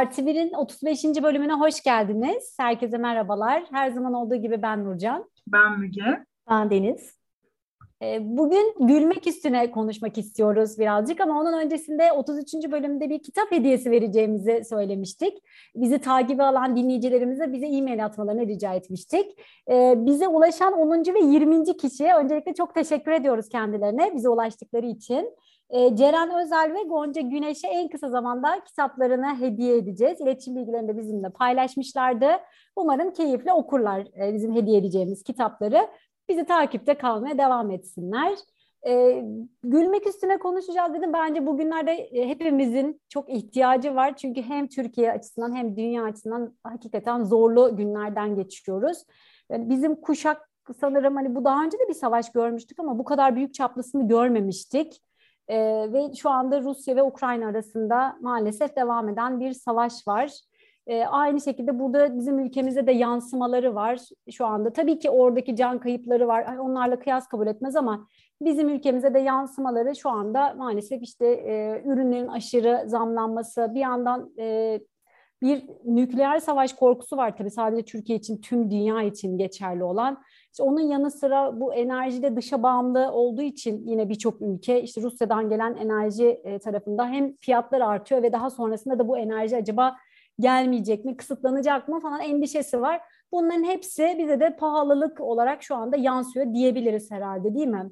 Artı bir'in 35. bölümüne hoş geldiniz. Herkese merhabalar. Her zaman olduğu gibi ben Nurcan. Ben Müge. Ben Deniz. Bugün gülmek üstüne konuşmak istiyoruz birazcık ama onun öncesinde 33. bölümde bir kitap hediyesi vereceğimizi söylemiştik. Bizi takibe alan dinleyicilerimize bize e-mail atmalarını rica etmiştik. Bize ulaşan 10. ve 20. kişiye öncelikle çok teşekkür ediyoruz kendilerine bize ulaştıkları için. Ceren Özel ve Gonca Güneş'e en kısa zamanda kitaplarını hediye edeceğiz. İletişim bilgilerini de bizimle paylaşmışlardı. Umarım keyifle okurlar bizim hediye edeceğimiz kitapları. Bizi takipte kalmaya devam etsinler. Gülmek üstüne konuşacağız dedim. Bence bugünlerde hepimizin çok ihtiyacı var. Çünkü hem Türkiye açısından hem dünya açısından hakikaten zorlu günlerden geçiyoruz. Yani bizim kuşak sanırım hani bu daha önce de bir savaş görmüştük ama bu kadar büyük çaplısını görmemiştik. Ve şu anda Rusya ve Ukrayna arasında maalesef devam eden bir savaş var. Aynı şekilde burada bizim ülkemizde de yansımaları var şu anda. Tabii ki oradaki can kayıpları var. Yani onlarla kıyas kabul etmez ama bizim ülkemize de yansımaları şu anda maalesef işte ürünlerin aşırı zamlanması, bir yandan bir nükleer savaş korkusu var tabii sadece Türkiye için, tüm dünya için geçerli olan. İşte onun yanı sıra bu enerjide dışa bağımlı olduğu için yine birçok ülke işte Rusya'dan gelen enerji tarafında hem fiyatlar artıyor ve daha sonrasında da bu enerji acaba gelmeyecek mi, kısıtlanacak mı falan endişesi var. Bunların hepsi bize de pahalılık olarak şu anda yansıyor diyebiliriz herhalde, değil mi?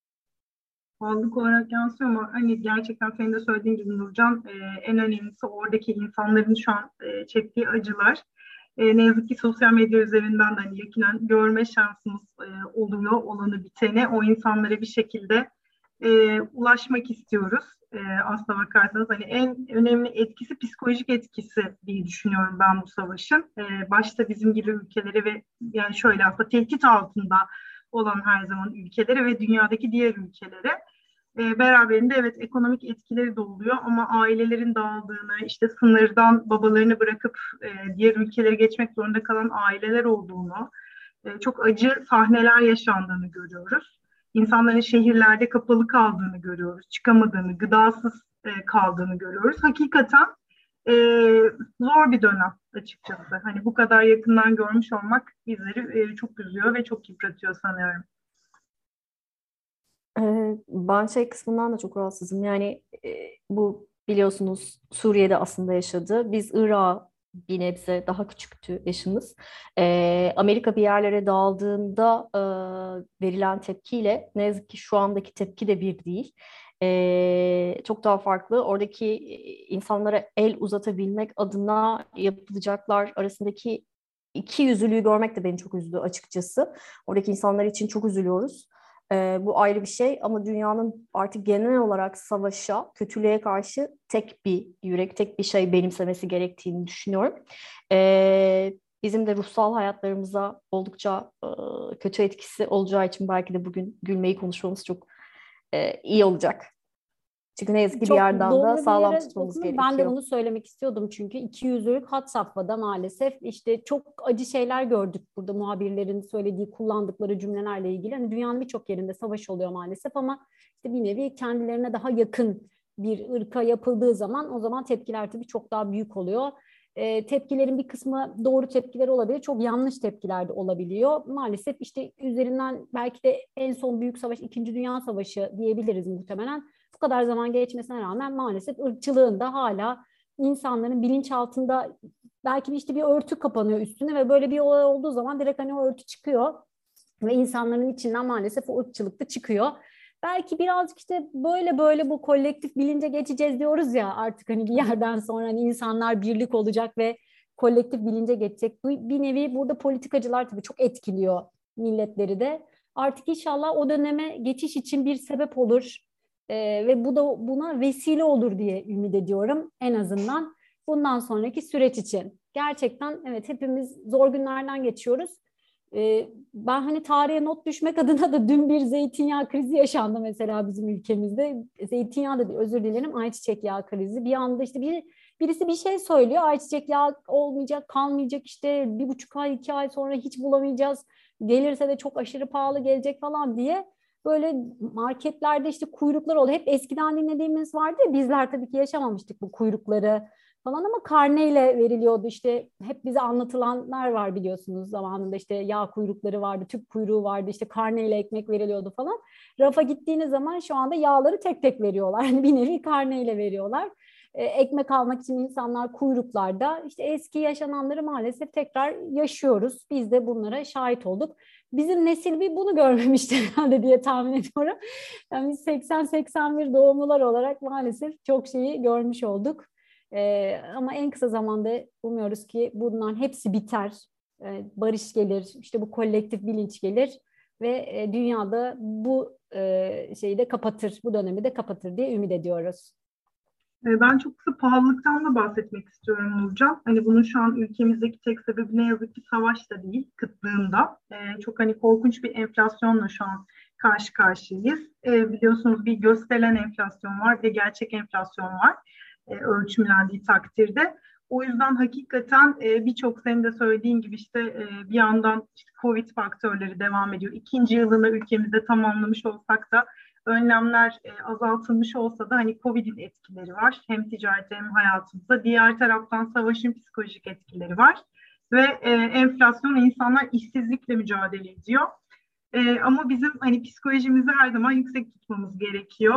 Sağlık olarak yansıyor ama hani gerçekten senin de söylediğin gibi Nurcan, en önemlisi oradaki insanların şu an çektiği acılar. Ne yazık ki sosyal medya üzerinden de hani yakinen görme şansımız oluyor olanı biteni. O insanlara bir şekilde ulaşmak istiyoruz. Aslına bakarsanız hani en önemli etkisi psikolojik etkisi diye düşünüyorum ben bu savaşın. Başta bizim gibi ülkeleri ve yani şöyle aslında tehdit altında olan her zaman ülkelere ve dünyadaki diğer ülkelere. Beraberinde evet ekonomik etkileri de oluyor ama ailelerin dağıldığını, işte sınırdan babalarını bırakıp diğer ülkelere geçmek zorunda kalan aileler olduğunu, çok acı sahneler yaşandığını görüyoruz. İnsanların şehirlerde kapalı kaldığını görüyoruz, çıkamadığını, gıdasız kaldığını görüyoruz. Hakikaten e, zor bir dönem açıkçası. Hani bu kadar yakından görmüş olmak bizleri çok üzüyor ve çok yıpratıyor sanıyorum. Ben şey kısmından da çok rahatsızım. Yani bu biliyorsunuz Suriye'de aslında yaşadı. Biz Irak'a bir nebze daha küçüktü yaşımız. Amerika bir yerlere dağıldığında verilen tepkiyle ne yazık ki şu andaki tepki de bir değil. Çok daha farklı. Oradaki insanlara el uzatabilmek adına yapılacaklar arasındaki iki yüzlülüğü görmek de beni çok üzdü açıkçası. Oradaki insanlar için çok üzülüyoruz. Bu ayrı bir şey ama dünyanın artık genel olarak savaşa, kötülüğe karşı tek bir yürek, tek bir şey benimsemesi gerektiğini düşünüyorum. Bizim de ruhsal hayatlarımıza oldukça kötü etkisi olacağı için belki de bugün gülmeyi konuşmamız çok iyi olacak. Çünkü ne yazık ki bir Çok yerden da doğru bir sağlam yere tutmamız dokundum. Ben de gerekiyor. bunu söylemek istiyordum çünkü ikiyüzlülük had safhada maalesef. İşte çok acı şeyler gördük burada muhabirlerin söylediği, kullandıkları cümlelerle ilgili. Hani dünyanın birçok yerinde savaş oluyor maalesef ama işte bir nevi kendilerine daha yakın bir ırka yapıldığı zaman o zaman tepkiler tabii çok daha büyük oluyor. Tepkilerin bir kısmı doğru tepkiler olabilir, çok yanlış tepkiler de olabiliyor. Maalesef işte üzerinden belki de en son büyük savaş İkinci Dünya Savaşı diyebiliriz muhtemelen. Bu kadar zaman geçmesine rağmen maalesef ırkçılığın da hala insanların bilinçaltında belki işte bir örtü kapanıyor üstüne ve böyle bir olay olduğu zaman direkt hani o örtü çıkıyor ve insanların içinden maalesef o ırkçılık da çıkıyor. Belki birazcık işte böyle böyle bu kolektif bilince geçeceğiz diyoruz ya artık hani bir yerden sonra hani insanlar birlik olacak ve kolektif bilince geçecek. Bu bir nevi burada politikacılar tabii çok etkiliyor milletleri de. Artık inşallah o döneme geçiş için bir sebep olur. Ve bu da buna vesile olur diye ümit ediyorum en azından bundan sonraki süreç için. Gerçekten evet hepimiz zor günlerden geçiyoruz. Ben hani tarihe not düşmek adına da dün bir zeytinyağı krizi yaşandı mesela bizim ülkemizde. Zeytinyağı da değil, özür dilerim, ayçiçek yağı krizi. Bir anda işte birisi bir şey söylüyor. Ayçiçek yağı olmayacak, kalmayacak işte 1,5 ay, 2 ay sonra hiç bulamayacağız. Gelirse de çok aşırı pahalı gelecek falan diye. Böyle marketlerde işte kuyruklar oldu. Hep eskiden dinlediğimiz vardı ya bizler tabii ki yaşamamıştık bu kuyrukları. falan ama karneyle veriliyordu. İşte hep bize anlatılanlar var biliyorsunuz zamanında, işte yağ kuyrukları vardı, tüp kuyruğu vardı, işte karneyle ekmek veriliyordu falan. Rafa gittiğiniz zaman şu anda yağları tek tek veriyorlar. Yani bir nevi karneyle veriyorlar. Ekmek almak için insanlar kuyruklarda. İşte eski yaşananları maalesef tekrar yaşıyoruz. Biz de bunlara şahit olduk. Bizim nesil bir bunu görmemişti herhalde diye tahmin ediyorum. Yani biz 80-81 doğumlular olarak maalesef çok şeyi görmüş olduk. Ama en kısa zamanda umuyoruz ki bunların hepsi biter. Barış gelir, işte bu kolektif bilinç gelir ve dünyada bu şeyi de kapatır, bu dönemi de kapatır diye ümit ediyoruz. Ben çok kısa pahalılıktan da bahsetmek istiyorum Nurcan. Hani bunun şu an ülkemizdeki tek sebebi ne yazık ki savaş da değil, kıtlığında. Çok hani korkunç bir enflasyonla şu an karşı karşıyayız. Biliyorsunuz bir gösterilen enflasyon var, bir de gerçek enflasyon var ölçümlendiği takdirde. O yüzden hakikaten birçok senin de söylediğin gibi işte bir yandan işte Covid faktörleri devam ediyor. İkinci yılını ülkemizde tamamlamış olsak da önlemler azaltılmış olsa da hani Covid'in etkileri var. Hem ticarette hem hayatımızda. Diğer taraftan savaşın psikolojik etkileri var. Ve enflasyon, insanlar işsizlikle mücadele ediyor. Ama bizim hani psikolojimizi her zaman yüksek tutmamız gerekiyor.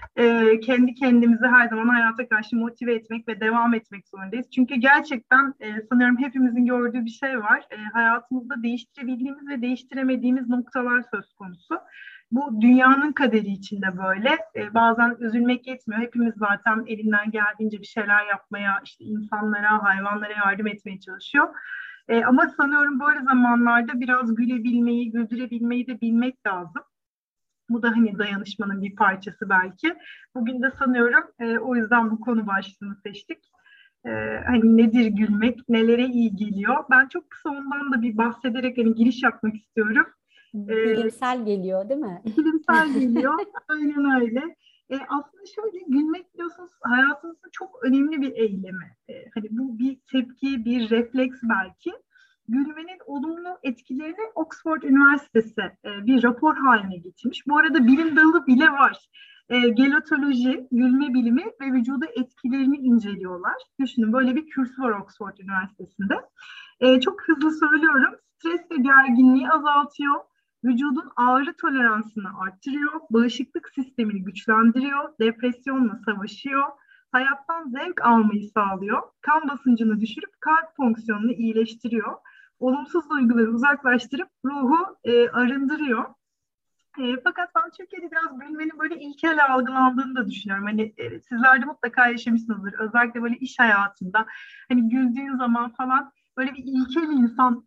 Kendi kendimizi her zaman hayata karşı motive etmek ve devam etmek zorundayız. Çünkü gerçekten sanıyorum hepimizin gördüğü bir şey var. Hayatımızda değiştirebildiğimiz ve değiştiremediğimiz noktalar söz konusu. Bu dünyanın kaderi içinde böyle. Bazen üzülmek yetmiyor. Hepimiz zaten elinden geldiğince bir şeyler yapmaya, işte insanlara, hayvanlara yardım etmeye çalışıyor. Ama sanıyorum böyle zamanlarda biraz gülebilmeyi, güldürebilmeyi de bilmek lazım. Bu da hani dayanışmanın bir parçası belki. Bugün de sanıyorum o yüzden bu konu başlığını seçtik. E, Hani nedir gülmek, nelere iyi geliyor? Ben çok kısa ondan da bir bahsederek hani giriş yapmak istiyorum. E, Bilimsel geliyor, değil mi? Bilimsel geliyor. Aynen öyle. Aslında şöyle gülmek biliyorsunuz hayatımızın çok önemli bir eylemi. Hani bu bir tepki, bir refleks belki. Gülmenin olumlu etkilerini Oxford Üniversitesi bir rapor haline getirmiş. Bu arada bilim dalı bile var. Gelotoloji, gülme bilimi ve vücuda etkilerini inceliyorlar. Düşünün böyle bir kürsü var Oxford Üniversitesi'nde. Çok hızlı söylüyorum. Stres ve gerginliği azaltıyor. Vücudun ağrı toleransını arttırıyor, bağışıklık sistemini güçlendiriyor, depresyonla savaşıyor, hayattan zevk almayı sağlıyor, kan basıncını düşürüp kalp fonksiyonunu iyileştiriyor, olumsuz duyguları uzaklaştırıp ruhu arındırıyor. Fakat ben Türkiye'de biraz gülmenin böyle ilkel algılandığını da düşünüyorum. Hani sizler de mutlaka yaşamışsınızdır. Özellikle böyle iş hayatında. Hani güldüğün zaman falan böyle bir ilkel insan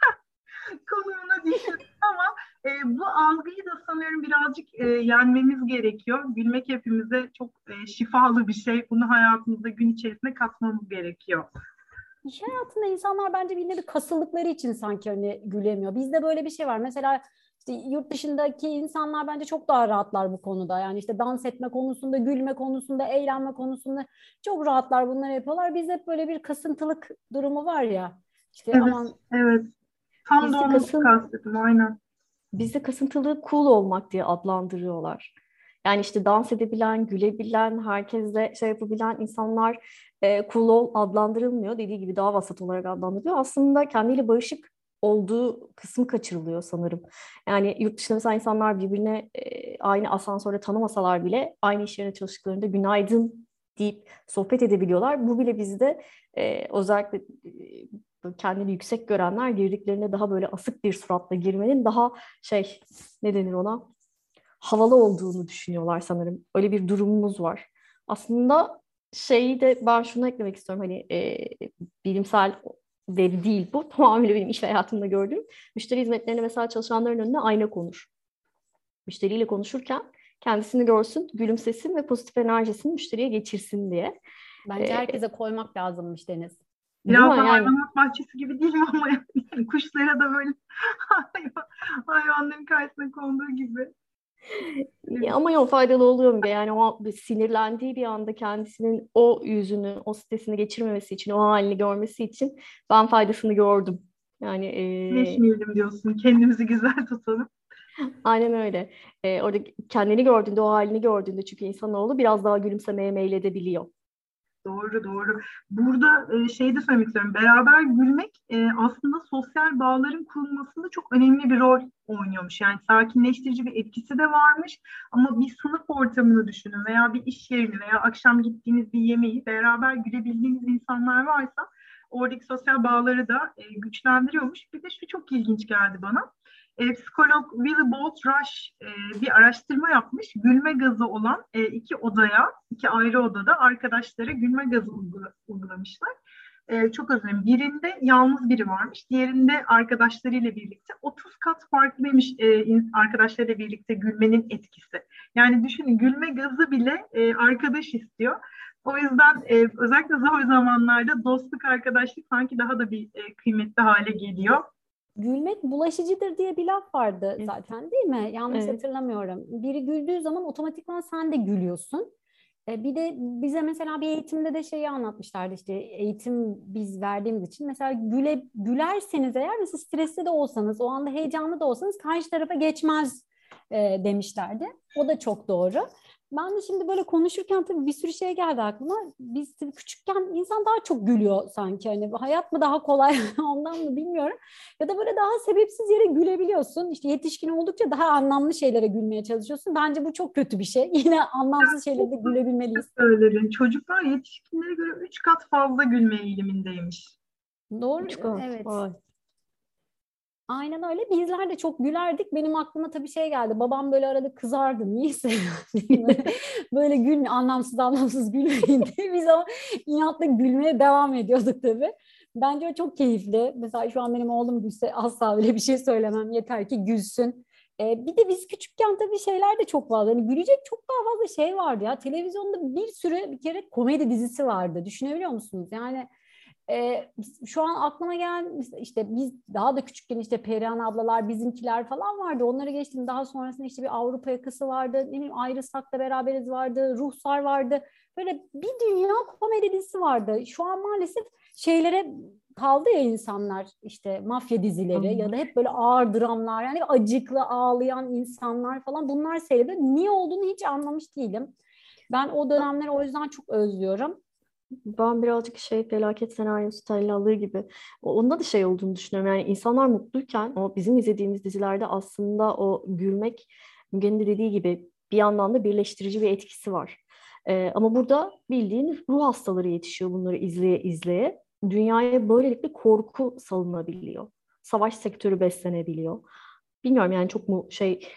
konumuna düşün ama bu algıyı da sanıyorum birazcık yenmemiz gerekiyor. Gülmek hepimize çok şifalı bir şey. Bunu hayatımızda gün içerisinde katmamız gerekiyor. İş hayatında insanlar bence bir nevi kasıldıkları için sanki hani gülemiyor. Bizde böyle bir şey var. Mesela işte yurt dışındaki insanlar bence çok daha rahatlar bu konuda. Yani işte dans etme konusunda, gülme konusunda, eğlenme konusunda çok rahatlar, bunları yapıyorlar. Bizde hep böyle bir kasıntılık durumu var ya. İşte Evet, aman evet. Tam da Bizde onu kastettim, aynen. Bizde kasıntılığı cool olmak diye adlandırıyorlar. Yani işte dans edebilen, gülebilen, herkesle şey yapabilen insanlar cool adlandırılmıyor. Dediği gibi daha vasat olarak adlandırılıyor. Aslında kendiyle barışık olduğu kısmı kaçırılıyor sanırım. Yani yurt dışında mesela insanlar birbirine aynı asansörde tanımasalar bile aynı iş yerine çalıştıklarında günaydın deyip sohbet edebiliyorlar. Bu bile bizde özellikle kendini yüksek görenler girdiklerinde daha böyle asık bir suratla girmenin daha şey, ne denir ona, havalı olduğunu düşünüyorlar sanırım. Öyle bir durumumuz var. Aslında şeyi de ben şunu eklemek istiyorum, hani bilimsel veri değil bu. Tamamıyla benim iş hayatımda gördüğüm. Müşteri hizmetlerine mesela çalışanların önüne ayna konur. Müşteriyle konuşurken kendisini görsün, gülümsesin ve pozitif enerjisini müşteriye geçirsin diye. bence herkese koymak lazımmış Deniz. Değil mi? Biraz da Yani hayvanat bahçesi gibi değil mi ama yani kuşlara da böyle hayvanların karşısına konduğu gibi. ama yok, faydalı oluyor mu? Yani o sinirlendiği bir anda kendisinin o yüzünü, o stresini geçirmemesi için, o halini görmesi için ben faydasını gördüm. Yani Leşmeyelim diyorsun. Kendimizi güzel tutalım. aynen öyle. Orada kendini gördüğünde, o halini gördüğünde çünkü insanoğlu biraz daha gülümsemeye meyledebiliyor. Doğru, doğru. Burada şey de söylemek istiyorum. Beraber gülmek aslında sosyal bağların kurulmasında çok önemli bir rol oynuyormuş. Yani sakinleştirici bir etkisi de varmış. Ama bir sınıf ortamını düşünün veya bir iş yerini veya akşam gittiğiniz bir yemeği beraber gülebildiğiniz insanlar varsa oradaki sosyal bağları da güçlendiriyormuş. Bir de şu çok ilginç geldi bana. Psikolog Willy Bolt Rush bir araştırma yapmış. Gülme gazı olan iki ayrı odada arkadaşlara gülme gazı uygulamışlar. Çok önemli. Birinde yalnız biri varmış. Diğerinde arkadaşlarıyla birlikte 30 kat farklıymış arkadaşlarıyla birlikte gülmenin etkisi. Yani düşünün, gülme gazı bile arkadaş istiyor. O yüzden özellikle zor zamanlarda dostluk, arkadaşlık sanki daha da bir kıymetli hale geliyor. Gülmek bulaşıcıdır diye bir laf vardı Evet. zaten, değil mi? Yanlış Evet. hatırlamıyorum. Biri güldüğü zaman otomatikman sen de gülüyorsun. Bir de bize mesela bir eğitimde de şeyi anlatmışlardı, işte eğitim biz verdiğimiz için mesela gülerseniz eğer, mesela stresli de olsanız, o anda heyecanlı da olsanız karşı tarafa geçmez demişlerdi. O da çok doğru. Ben de şimdi böyle konuşurken tabii bir sürü şey geldi aklıma. Biz tabii küçükken insan daha çok gülüyor sanki. Hani hayat mı daha kolay ondan mı bilmiyorum. Ya da böyle daha sebepsiz yere gülebiliyorsun. İşte yetişkin oldukça daha anlamlı şeylere gülmeye çalışıyorsun. Bence bu çok kötü bir şey. Yine anlamsız şeylere de gülebilmeliyiz. Söyledim. Çocuklar yetişkinlere göre 3 kat fazla gülme eğilimindeymiş. Doğru, 3 kat. evet. Vay. Aynen öyle. Bizler de çok gülerdik. Benim aklıma tabii şey geldi. Babam böyle arada kızardı. Niyeyse böyle gülme, anlamsız gülmeyin diye. Biz ama inatla gülmeye devam ediyorduk tabii. Bence o çok keyifli. Mesela şu an benim oğlum gülse asla bile bir şey söylemem. Yeter ki gülsün. Bir de biz küçükken tabii şeyler de çok fazla. Hani gülecek çok daha fazla şey vardı ya. Televizyonda bir kere komedi dizisi vardı. Düşünebiliyor musunuz? Yani şu an aklıma gelen işte biz daha da küçükken işte Perihan ablalar, bizimkiler falan vardı. Onları geçtim. Daha sonrasında işte bir Avrupa Yakası vardı. Ne bileyim, Ayrılsak da Beraberiz vardı. Ruhsar vardı. Böyle bir dünya komedi dizisi vardı. Şu an maalesef şeylere kaldı ya insanlar, işte mafya dizileri ya da hep böyle ağır dramlar, yani acıklı ağlayan insanlar falan, bunlar seyrediyor. Niye olduğunu hiç anlamış değilim. Ben o dönemleri o yüzden çok özlüyorum. Ben birazcık felaket senaryosu tellallığı gibi. Onda da şey olduğunu düşünüyorum. Yani insanlar mutluyken o bizim izlediğimiz dizilerde aslında o gülmek, Müge'nin de dediği gibi, bir yandan da birleştirici bir etkisi var. Ama burada bildiğin ruh hastaları yetişiyor bunları izleye izleye. Dünyaya böylelikle korku salınabiliyor. Savaş sektörü beslenebiliyor. Bilmiyorum yani, çok mu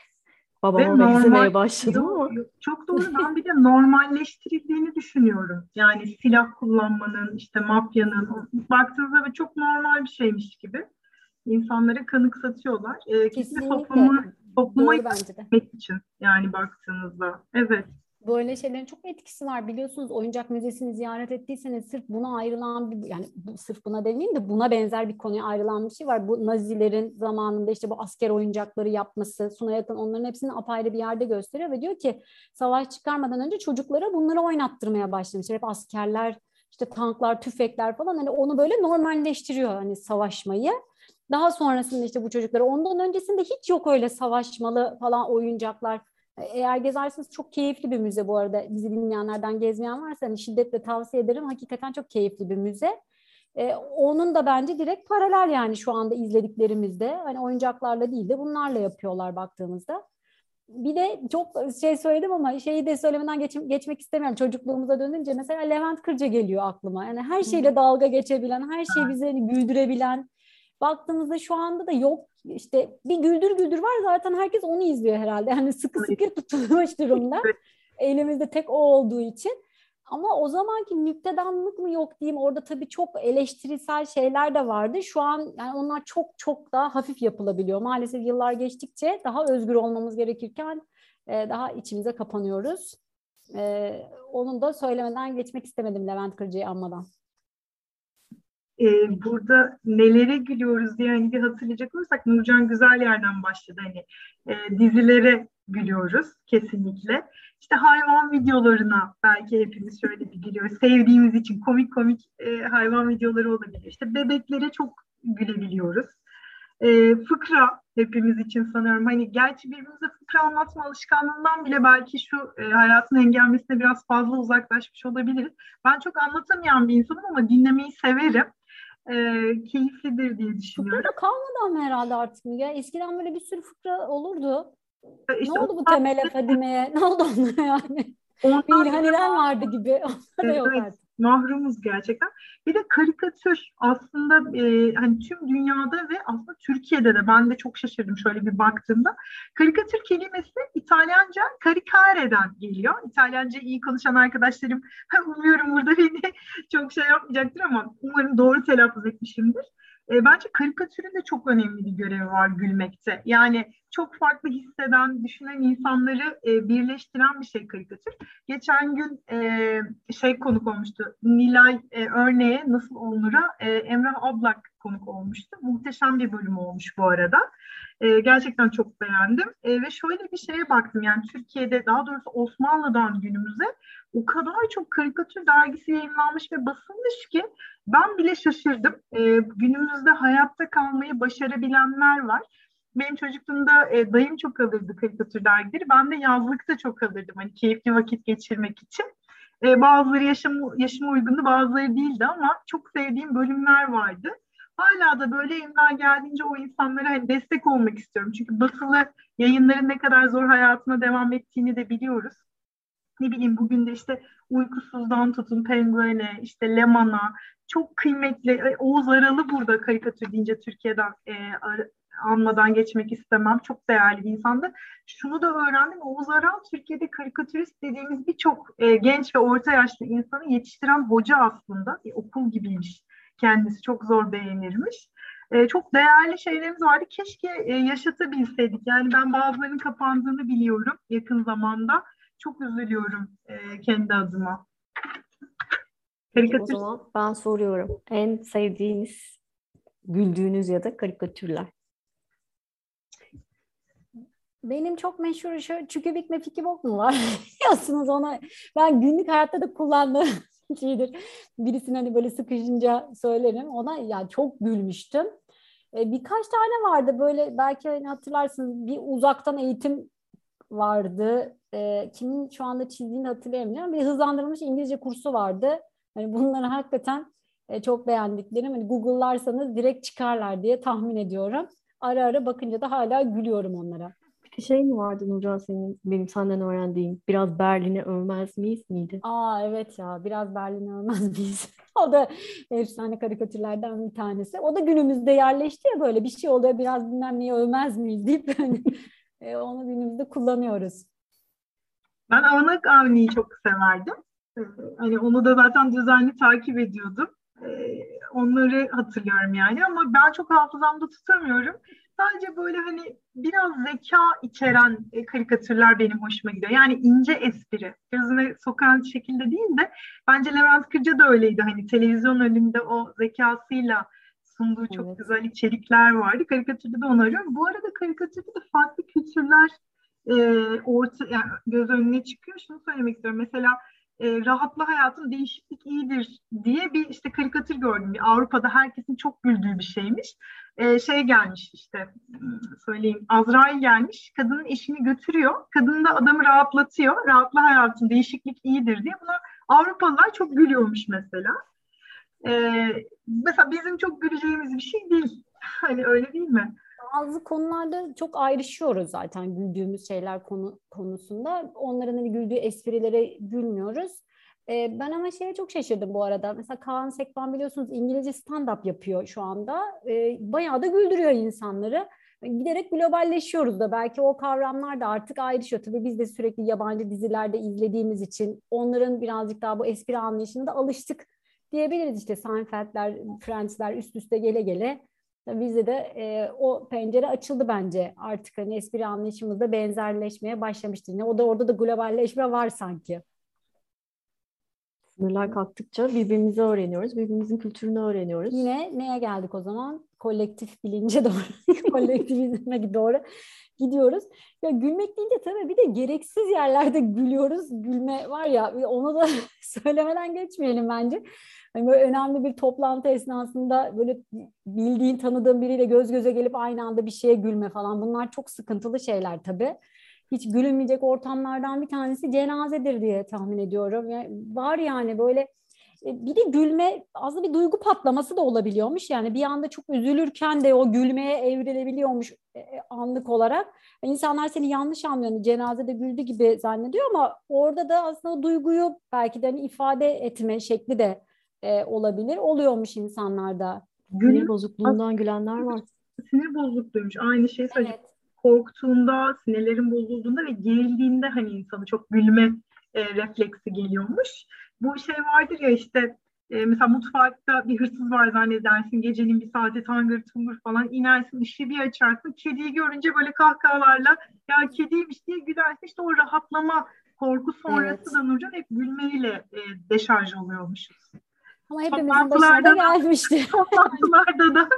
Ve babama normal, benzemeye başladım ama. çok doğru. Ben bir de normalleştirildiğini düşünüyorum. Yani silah kullanmanın, işte mafyanın, baktığınızda ve çok normal bir şeymiş gibi insanlara kanıksatıyorlar. Kesinlikle Kesinlikle topluma doğru bence de. yönetmek için yani baktığınızda. Evet. Böyle şeylerin çok etkisi var. Biliyorsunuz, oyuncak müzesini ziyaret ettiyseniz sırf buna ayrılan bir, yani sırf buna demeyeyim de buna benzer bir konuya ayrılan bir şey var. Bu Nazilerin zamanında işte bu asker oyuncakları yapması, Suna Yakın onların hepsini apayrı bir yerde gösteriyor ve diyor ki savaş çıkarmadan önce çocuklara bunları oynattırmaya başlamışlar. Hep askerler, işte tanklar, tüfekler falan, hani onu böyle normalleştiriyor, hani savaşmayı. Daha sonrasında işte bu çocuklara, ondan öncesinde hiç yok öyle savaşmalı falan oyuncaklar. Eğer gezerseniz çok keyifli bir müze bu arada. Bizi dinleyenlerden gezmeyen varsa hani şiddetle tavsiye ederim. Hakikaten çok keyifli bir müze. Onun da bence direkt paralel, yani şu anda izlediklerimizde hani oyuncaklarla değil de bunlarla yapıyorlar baktığımızda. Bir de çok şey söyledim ama şeyi de söylemeden geçmek istemiyorum. Çocukluğumuza dönünce mesela Levent Kırca geliyor aklıma. Yani her şeyle dalga geçebilen, her şeyi bizi hani güldürebilen. Baktığımızda şu anda da yok. İşte bir güldür güldür var, zaten herkes onu izliyor herhalde. Yani sıkı sıkı tutulmuş durumda. Elimizde tek o olduğu için. Ama o zamanki nüktedanlık mı yok diyeyim, orada tabii çok eleştirisel şeyler de vardı. Şu an yani onlar çok çok daha hafif yapılabiliyor. Maalesef yıllar geçtikçe daha özgür olmamız gerekirken daha içimize kapanıyoruz. Onun da söylemeden geçmek istemedim Levent Kırca'yı anmadan. Burada nelere gülüyoruz diye hani bir hatırlayacak olursak Nurcan güzel yerden başladı. Hani dizilere gülüyoruz kesinlikle. İşte hayvan videolarına belki hepimiz şöyle bir gülüyoruz. Sevdiğimiz için komik komik hayvan videoları olabilir. İşte bebeklere çok gülebiliyoruz. Fıkra hepimiz için sanıyorum. Hani gerçi birbirimize fıkra anlatma alışkanlığından bile belki şu hayatın engelmesine biraz fazla uzaklaşmış olabiliriz. Ben çok anlatamayan bir insanım ama dinlemeyi severim. Keyiflidir diye Fıkra düşünüyorum. da kalmadı ama herhalde artık ya. Eskiden böyle bir sürü fıkra olurdu. Ne İşte oldu bu Temel'e, Fadime'ye? Ne oldu onlara yani? Bir ondan İlhan İrem vardı gibi. Onlar da yok evet, artık. mahrumuz gerçekten. Bir de karikatür aslında hani tüm dünyada ve aslında Türkiye'de de ben de çok şaşırdım şöyle bir baktığımda. Karikatür kelimesi İtalyanca caricare'den geliyor. İtalyanca iyi konuşan arkadaşlarım umuyorum burada beni çok şey yapmayacaktır ama umarım doğru telaffuz etmişimdir. Bence karikatürün de çok önemli bir görevi var gülmekte. Yani çok farklı hisseden, düşünen insanları birleştiren bir şey karikatür. Geçen gün konuk olmuştu. Nilay Örneğe Nasıl Olunur'a Emrah Ablak konuk olmuştu. Muhteşem bir bölüm olmuş bu arada. Gerçekten çok beğendim. Ve şöyle bir şeye baktım. Yani Türkiye'de daha doğrusu Osmanlı'dan günümüze o kadar çok karikatür dergisi yayınlanmış ve basılmış ki ben bile şaşırdım. Günümüzde hayatta kalmayı başarabilenler var. Benim çocukluğumda dayım çok alırdı karikatür dergileri. Ben de yazlıkta çok alırdım hani keyifli vakit geçirmek için. Bazıları yaşıma uygundu, bazıları değildi ama çok sevdiğim bölümler vardı. Hala da böyle elimden geldiğince o insanlara hani destek olmak istiyorum. Çünkü basılı yayınların ne kadar zor hayatına devam ettiğini de biliyoruz. Ne bileyim bugün de işte Uykusuz'dan tutun Penguen'e, işte Leman'a çok kıymetli. Oğuz Aralı burada karikatür deyince Türkiye'den anmadan geçmek istemem. Çok değerli bir insandı. Şunu da öğrendim. Oğuz Aral Türkiye'de karikatürist dediğimiz birçok genç ve orta yaşlı insanı yetiştiren hoca aslında. Bir okul gibiymiş kendisi. Çok zor beğenirmiş. Çok değerli şeylerimiz vardı. Keşke yaşatabilseydik. Yani ben bazılarının kapandığını biliyorum yakın zamanda. Çok üzülüyorum kendi adıma. Peki o Karikatür zaman ben soruyorum. En sevdiğiniz, güldüğünüz ya da karikatürler. Benim çok meşhur şu Çükübik Mefiki Bok mu var? Biliyorsunuz ona ben günlük hayatta da kullandığım şeydir. Birisini hani böyle sıkışınca söylerim. Ona yani çok gülmüştüm. Birkaç tane vardı böyle belki hani hatırlarsınız bir uzaktan eğitim vardı. Kimin şu anda çizdiğini hatırlayamıyorum. Bir hızlandırılmış İngilizce kursu vardı. Hani bunları hakikaten çok beğendiklerim. Hani Google'larsanız direkt çıkarlar diye tahmin ediyorum. Ara ara bakınca da hala gülüyorum onlara. Bir şey mi vardı Nurcan senin, benim senden öğrendiğim? Biraz Berlin'i övmez miyiz miydi? Aa evet ya biraz Berlin ölmez miyiz? O da efsane karikatürlerden bir tanesi. O da günümüzde yerleşti ya böyle bir şey oluyor biraz bilmem neyi övmez miyiz deyip hani, onu günümüzde kullanıyoruz. Ben Avanak Avni'yi çok severdim. Hani onu da zaten düzenli takip ediyordum. Onları hatırlıyorum yani ama ben çok hafızamda tutamıyorum. Sadece böyle hani biraz zeka içeren karikatürler benim hoşuma gidiyor. Yani ince espri. Gözüne sokan şekilde değil de bence Levent Kırca da öyleydi. Hani televizyon önünde o zekasıyla sunduğu çok Evet. güzel içerikler vardı. Karikatürde de onu arıyorum. Bu arada karikatürde de farklı kültürler yani göz önüne çıkıyor. Şunu söylemek istiyorum. Mesela rahatla hayatın değişiklik iyidir diye bir işte karikatür gördüm. Avrupa'da herkesin çok güldüğü bir şeymiş. Gelmiş işte söyleyeyim Azrail gelmiş. Kadının eşini götürüyor. Kadın da adamı rahatlatıyor. Rahatla hayatın değişiklik iyidir diye. Buna Avrupalılar çok gülüyormuş mesela. Mesela bizim çok güleceğimiz bir şey değil. Hani öyle değil mi? Bazı konularda çok ayrışıyoruz zaten güldüğümüz şeyler konusunda. Onların hani güldüğü esprilere gülmüyoruz. Ben ama şeye çok şaşırdım bu arada. Mesela Kaan Sekban biliyorsunuz İngilizce stand-up yapıyor şu anda. Bayağı da güldürüyor insanları. Giderek globalleşiyoruz da belki o kavramlar da artık ayrışıyor. Tabii biz de sürekli yabancı dizilerde izlediğimiz için onların birazcık daha bu espri anlayışına da alıştık diyebiliriz. İşte Seinfeld'ler, Friends'ler üst üste gele gele. Bizde de o pencere açıldı bence. Artık hani espri anlayışımız da benzerleşmeye başlamıştır. Yine o da orada da globalleşme var sanki. Sınırlar kalktıkça birbirimizi öğreniyoruz, birbirimizin kültürünü öğreniyoruz. Yine neye geldik o zaman? Kolektif bilince doğru, kolektivizme doğru gidiyoruz. Ya gülmek deyince tabii bir de gereksiz yerlerde gülüyoruz. Gülme var ya onu da söylemeden geçmeyelim bence. Hani böyle önemli bir toplantı esnasında böyle bildiğin, tanıdığın biriyle göz göze gelip aynı anda bir şeye gülme falan. Bunlar çok sıkıntılı şeyler tabii. hiç gülünmeyecek ortamlardan bir tanesi cenazedir diye tahmin ediyorum. Yani var yani böyle bir de gülme aslında bir duygu patlaması da olabiliyormuş. Yani bir anda çok üzülürken de o gülmeye evrilebiliyormuş anlık olarak. İnsanlar seni yanlış anlıyor. Yani cenazede güldü gibi zannediyor ama orada da aslında o duyguyu belki de hani ifade etme şekli de olabilir. Oluyormuş insanlarda. Sinir Gülüm bozukluğundan gülenler var. sinir bozukluğuymuş. Aynı şeyi söyleyeceğim. Evet. Korktuğunda, sinirlerin bozulduğunda ve gerildiğinde hani insanı çok gülme refleksi geliyormuş. Bu şey vardır ya işte mesela mutfakta bir hırsız var zannedersin. Gecenin bir saati tangır tungur falan inersin, ışığı bir açarsın. Kediyi görünce böyle kahkahalarla ya kediymiş diye gülersin. İşte o rahatlama korku sonrası Evet. da Nurcan hep gülmeyle deşarj oluyormuşuz. Ama hepimizin başına da Toplantılarda da gelmişti. toplantılarda da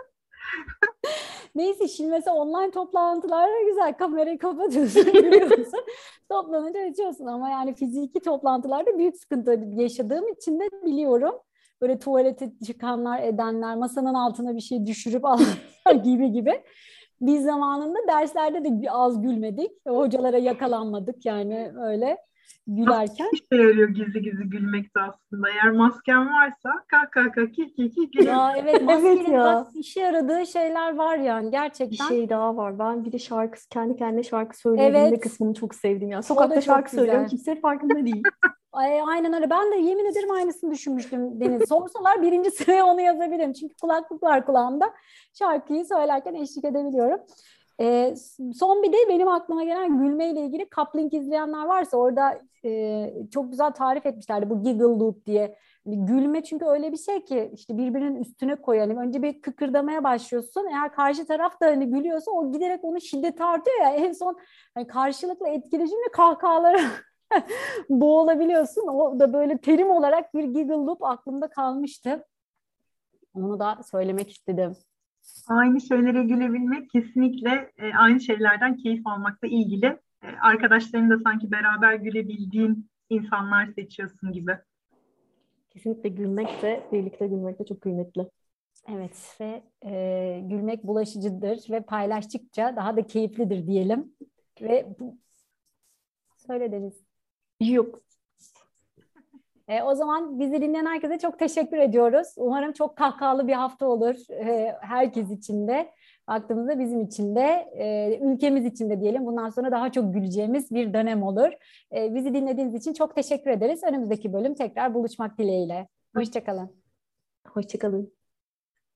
Neyse şimdi mesela online toplantılarda güzel kamerayı kapatıyorsun, gülüyorsun. Toplanınca açıyorsun ama yani fiziki toplantılarda büyük sıkıntı yaşadığım için de biliyorum. Böyle tuvalete çıkanlar, edenler, masanın altına bir şey düşürüp alanlar gibi. Biz zamanında derslerde de az gülmedik. Hocalara yakalanmadık yani öyle maske gülerken. işe yarıyor gizli gizli gülmek de aslında. Eğer masken varsa kak kak kak ki ki ki Ya gülebilirsin. evet Evet maskenin bak ya. işe yaradığı şeyler var yani Bir gerçekten. şey daha var. Ben bir de kendi kendine şarkı söyleyebilme Evet, kısmını çok sevdim ya. o da Sokakta çok şarkı söylüyorum. güzel. Kimse farkında değil. Aynen öyle. Ben de yemin ederim aynısını düşünmüştüm Deniz. Sorsalar birinci sıraya onu yazabilirim. Çünkü kulaklık var kulağımda. Şarkıyı söylerken eşlik edebiliyorum. Son bir de benim aklıma gelen gülmeyle ilgili Coupling izleyenler varsa orada çok güzel tarif etmişlerdi bu giggle loop diye. Hani gülme çünkü öyle bir şey ki işte birbirinin üstüne koyan. Yani önce bir kıkırdamaya başlıyorsun. Eğer karşı taraf da hani gülüyorsa o giderek onun şiddeti artıyor ya. En son hani karşılıklı etkileşimle kahkahalara boğulabiliyorsun. O da böyle terim olarak bir giggle loop aklımda kalmıştı. Onu da söylemek istedim. Aynı şeylere gülebilmek kesinlikle aynı şeylerden keyif almakla ilgili. Arkadaşların da sanki beraber gülebildiğin insanlar seçiyorsun gibi. Kesinlikle gülmek de birlikte gülmek de çok kıymetli. Evet ve gülmek bulaşıcıdır ve paylaştıkça daha da keyiflidir diyelim. Ve bu söyle Deniz. Yok. O zaman bizi dinleyen herkese çok teşekkür ediyoruz. Umarım çok kahkahalı bir hafta olur herkes için de. Baktığımızda bizim için de, ülkemiz için de diyelim. Bundan sonra daha çok güleceğimiz bir dönem olur. Bizi dinlediğiniz için çok teşekkür ederiz. Önümüzdeki bölüm tekrar buluşmak dileğiyle. Hoşça kalın. Hoşça kalın.